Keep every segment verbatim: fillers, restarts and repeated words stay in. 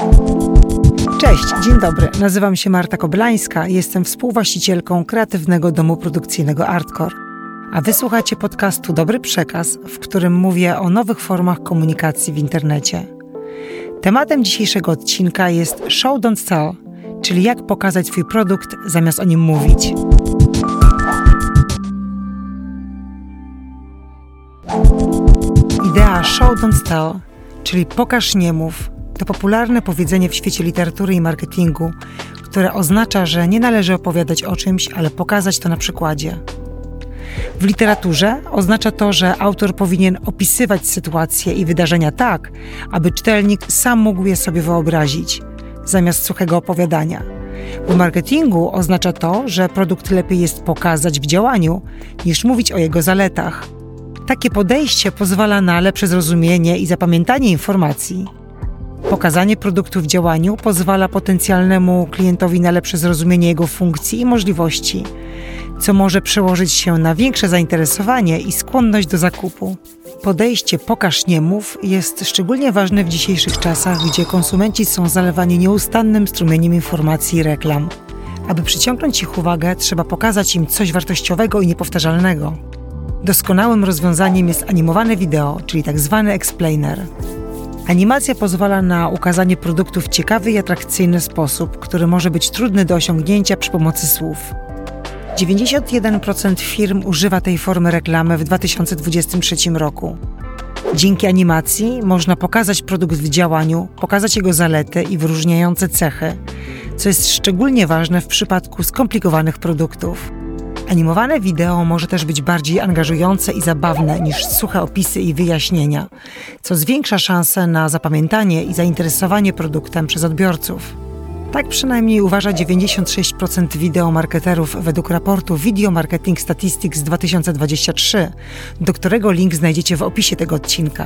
Cześć, dzień dobry. Nazywam się Marta Koblańska i jestem współwłaścicielką kreatywnego domu produkcyjnego Artcore. A wysłuchacie podcastu Dobry Przekaz, w którym mówię o nowych formach komunikacji w internecie. Tematem dzisiejszego odcinka jest Show Don't Tell, czyli jak pokazać swój produkt zamiast o nim mówić. Idea Show Don't Tell, czyli pokaż nie mów, to popularne powiedzenie w świecie literatury i marketingu, które oznacza, że nie należy opowiadać o czymś, ale pokazać to na przykładzie. W literaturze oznacza to, że autor powinien opisywać sytuacje i wydarzenia tak, aby czytelnik sam mógł je sobie wyobrazić, zamiast suchego opowiadania. W marketingu oznacza to, że produkt lepiej jest pokazać w działaniu, niż mówić o jego zaletach. Takie podejście pozwala na lepsze zrozumienie i zapamiętanie informacji. Pokazanie produktu w działaniu pozwala potencjalnemu klientowi na lepsze zrozumienie jego funkcji i możliwości, co może przełożyć się na większe zainteresowanie i skłonność do zakupu. Podejście pokaż nie mów jest szczególnie ważne w dzisiejszych czasach, gdzie konsumenci są zalewani nieustannym strumieniem informacji i reklam. Aby przyciągnąć ich uwagę, trzeba pokazać im coś wartościowego i niepowtarzalnego. Doskonałym rozwiązaniem jest animowane wideo, czyli tak zwany explainer. Animacja pozwala na ukazanie produktu w ciekawy i atrakcyjny sposób, który może być trudny do osiągnięcia przy pomocy słów. dziewięćdziesiąt jeden procent firm używa tej formy reklamy w dwa tysiące dwudziestym trzecim roku. Dzięki animacji można pokazać produkt w działaniu, pokazać jego zalety i wyróżniające cechy, co jest szczególnie ważne w przypadku skomplikowanych produktów. Animowane wideo może też być bardziej angażujące i zabawne niż suche opisy i wyjaśnienia, co zwiększa szanse na zapamiętanie i zainteresowanie produktem przez odbiorców. Tak przynajmniej uważa dziewięćdziesiąt sześć procent wideomarketerów według raportu Video Marketing Statistics dwa tysiące dwudziesty trzeci, do którego link znajdziecie w opisie tego odcinka.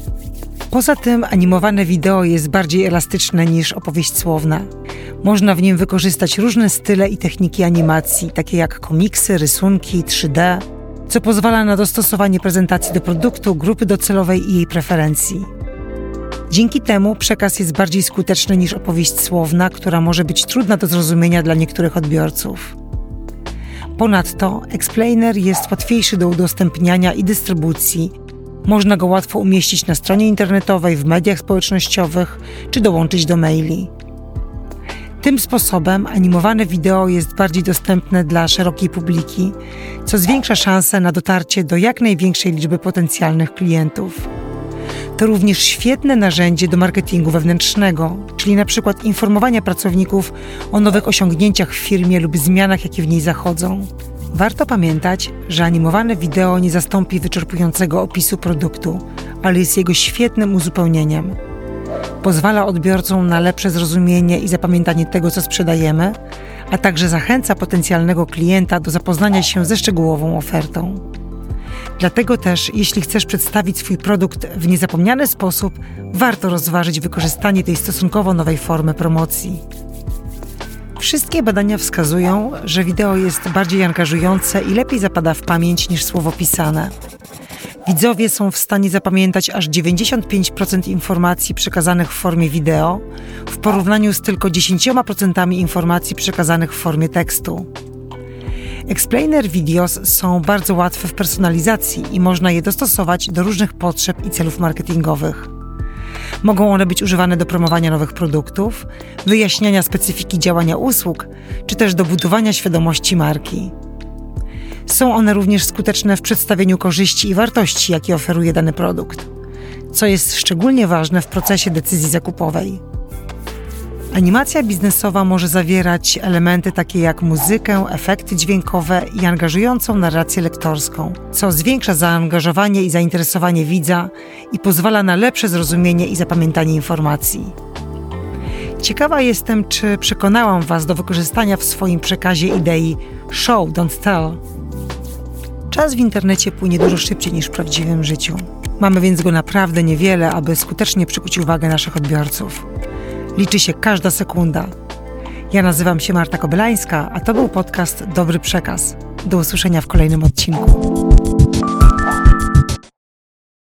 Poza tym animowane wideo jest bardziej elastyczne niż opowieść słowna. Można w nim wykorzystać różne style i techniki animacji, takie jak komiksy, rysunki, trzy D, co pozwala na dostosowanie prezentacji do produktu, grupy docelowej i jej preferencji. Dzięki temu przekaz jest bardziej skuteczny niż opowieść słowna, która może być trudna do zrozumienia dla niektórych odbiorców. Ponadto explainer jest łatwiejszy do udostępniania i dystrybucji. Można go łatwo umieścić na stronie internetowej, w mediach społecznościowych czy dołączyć do maili. Tym sposobem animowane wideo jest bardziej dostępne dla szerokiej publiki, co zwiększa szanse na dotarcie do jak największej liczby potencjalnych klientów. To również świetne narzędzie do marketingu wewnętrznego, czyli na przykład informowania pracowników o nowych osiągnięciach w firmie lub zmianach, jakie w niej zachodzą. Warto pamiętać, że animowane wideo nie zastąpi wyczerpującego opisu produktu, ale jest jego świetnym uzupełnieniem. Pozwala odbiorcom na lepsze zrozumienie i zapamiętanie tego, co sprzedajemy, a także zachęca potencjalnego klienta do zapoznania się ze szczegółową ofertą. Dlatego też, jeśli chcesz przedstawić swój produkt w niezapomniany sposób, warto rozważyć wykorzystanie tej stosunkowo nowej formy promocji. Wszystkie badania wskazują, że wideo jest bardziej angażujące i lepiej zapada w pamięć niż słowo pisane. Widzowie są w stanie zapamiętać aż dziewięćdziesiąt pięć procent informacji przekazanych w formie wideo, w porównaniu z tylko dziesięć procent informacji przekazanych w formie tekstu. Explainer videos są bardzo łatwe w personalizacji i można je dostosować do różnych potrzeb i celów marketingowych. Mogą one być używane do promowania nowych produktów, wyjaśniania specyfiki działania usług, czy też do budowania świadomości marki. Są one również skuteczne w przedstawieniu korzyści i wartości, jakie oferuje dany produkt, co jest szczególnie ważne w procesie decyzji zakupowej. Animacja biznesowa może zawierać elementy takie jak muzykę, efekty dźwiękowe i angażującą narrację lektorską, co zwiększa zaangażowanie i zainteresowanie widza i pozwala na lepsze zrozumienie i zapamiętanie informacji. Ciekawa jestem, czy przekonałam Was do wykorzystania w swoim przekazie idei Show Don't Tell. Czas w internecie płynie dużo szybciej niż w prawdziwym życiu. Mamy więc go naprawdę niewiele, aby skutecznie przykuć uwagę naszych odbiorców. Liczy się każda sekunda. Ja nazywam się Marta Koblańska, a to był podcast Dobry Przekaz. Do usłyszenia w kolejnym odcinku.